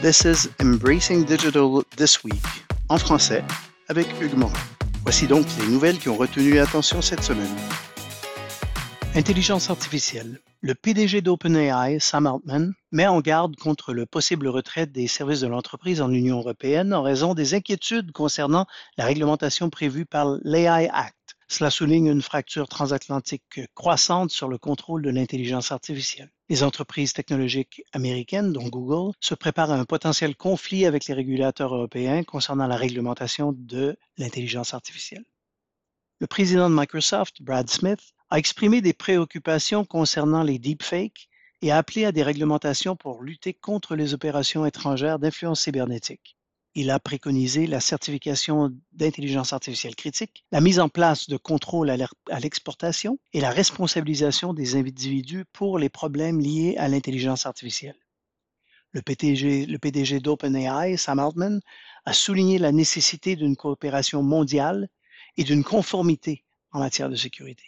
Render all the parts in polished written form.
This is Embracing Digital This Week, en français, avec Hugues Morin. Voici donc les nouvelles qui ont retenu l'attention cette semaine. Intelligence artificielle. Le PDG d'OpenAI, Sam Altman, met en garde contre le possible retrait des services de l'entreprise en Union européenne en raison des inquiétudes concernant la réglementation prévue par l'AI Act. Cela souligne une fracture transatlantique croissante sur le contrôle de l'intelligence artificielle. Les entreprises technologiques américaines, dont Google, se préparent à un potentiel conflit avec les régulateurs européens concernant la réglementation de l'intelligence artificielle. Le président de Microsoft, Brad Smith, a exprimé des préoccupations concernant les deepfakes et a appelé à des réglementations pour lutter contre les opérations étrangères d'influence cybernétique. Il a préconisé la certification d'intelligence artificielle critique, la mise en place de contrôles à l'exportation et la responsabilisation des individus pour les problèmes liés à l'intelligence artificielle. Le PDG d'OpenAI, Sam Altman, a souligné la nécessité d'une coopération mondiale et d'une conformité en matière de sécurité.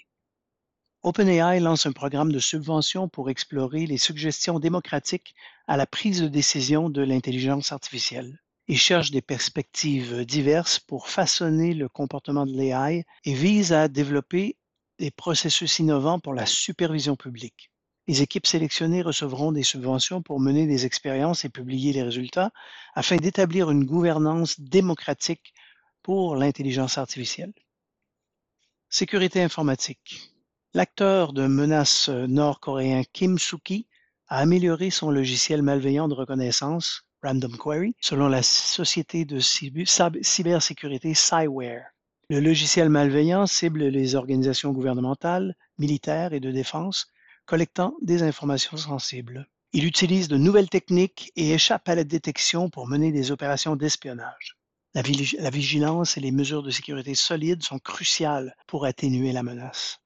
OpenAI lance un programme de subvention pour explorer les suggestions démocratiques à la prise de décision de l'intelligence artificielle. Il cherche des perspectives diverses pour façonner le comportement de l'AI et vise à développer des processus innovants pour la supervision publique. Les équipes sélectionnées recevront des subventions pour mener des expériences et publier les résultats afin d'établir une gouvernance démocratique pour l'intelligence artificielle. Sécurité informatique. L'acteur de menace nord-coréen Kim Soo-ki a amélioré son logiciel malveillant de reconnaissance Random Query, selon la société de cybersécurité Cyware. Le logiciel malveillant cible les organisations gouvernementales, militaires et de défense, collectant des informations sensibles. Il utilise de nouvelles techniques et échappe à la détection pour mener des opérations d'espionnage. La vigilance et les mesures de sécurité solides sont cruciales pour atténuer la menace.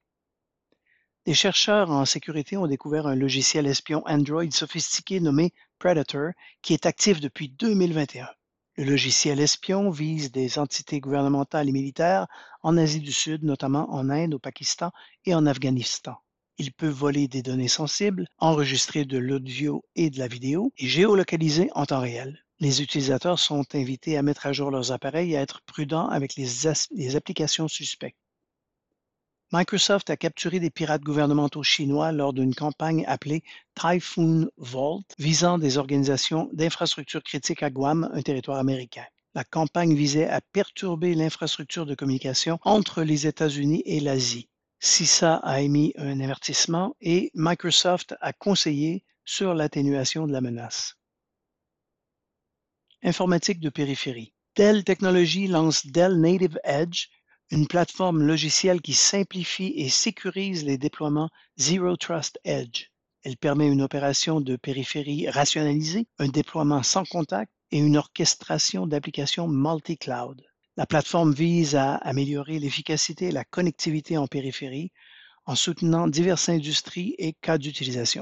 Des chercheurs en sécurité ont découvert un logiciel espion Android sophistiqué nommé Predator qui est actif depuis 2021. Le logiciel espion vise des entités gouvernementales et militaires en Asie du Sud, notamment en Inde, au Pakistan et en Afghanistan. Il peut voler des données sensibles, enregistrer de l'audio et de la vidéo et géolocaliser en temps réel. Les utilisateurs sont invités à mettre à jour leurs appareils et à être prudents avec les applications suspectes. Microsoft a capturé des pirates gouvernementaux chinois lors d'une campagne appelée Typhoon Vault, visant des organisations d'infrastructures critiques à Guam, un territoire américain. La campagne visait à perturber l'infrastructure de communication entre les États-Unis et l'Asie. CISA a émis un avertissement et Microsoft a conseillé sur l'atténuation de la menace. Informatique de périphérie. Dell Technologies lance Dell Native Edge, une plateforme logicielle qui simplifie et sécurise les déploiements Zero Trust Edge. Elle permet une opération de périphérie rationalisée, un déploiement sans contact et une orchestration d'applications multi-cloud. La plateforme vise à améliorer l'efficacité et la connectivité en périphérie en soutenant diverses industries et cas d'utilisation.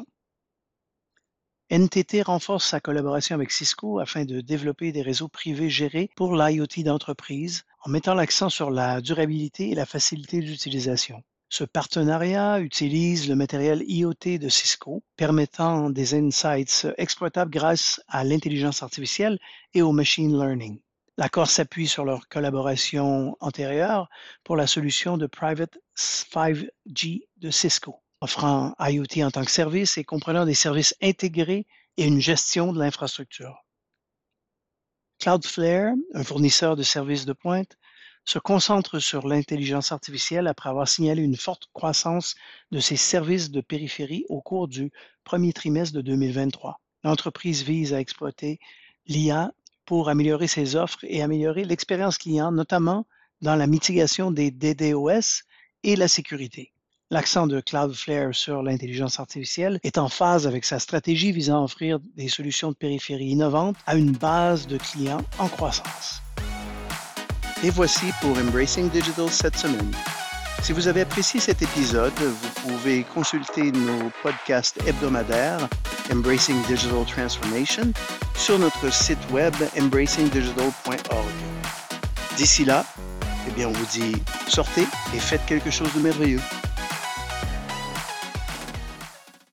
NTT renforce sa collaboration avec Cisco afin de développer des réseaux privés gérés pour l'IoT d'entreprise en mettant l'accent sur la durabilité et la facilité d'utilisation. Ce partenariat utilise le matériel IoT de Cisco, permettant des insights exploitables grâce à l'intelligence artificielle et au machine learning. L'accord s'appuie sur leur collaboration antérieure pour la solution de Private 5G de Cisco, offrant IoT en tant que service et comprenant des services intégrés et une gestion de l'infrastructure. Cloudflare, un fournisseur de services de pointe, se concentre sur l'intelligence artificielle après avoir signalé une forte croissance de ses services de périphérie au cours du premier trimestre de 2023. L'entreprise vise à exploiter l'IA pour améliorer ses offres et améliorer l'expérience client, notamment dans la mitigation des DDoS et la sécurité. L'accent de Cloudflare sur l'intelligence artificielle est en phase avec sa stratégie visant à offrir des solutions de périphérie innovantes à une base de clients en croissance. Et voici pour Embracing Digital cette semaine. Si vous avez apprécié cet épisode, vous pouvez consulter nos podcasts hebdomadaires Embracing Digital Transformation sur notre site web embracingdigital.org. D'ici là, on vous dit sortez et faites quelque chose de merveilleux.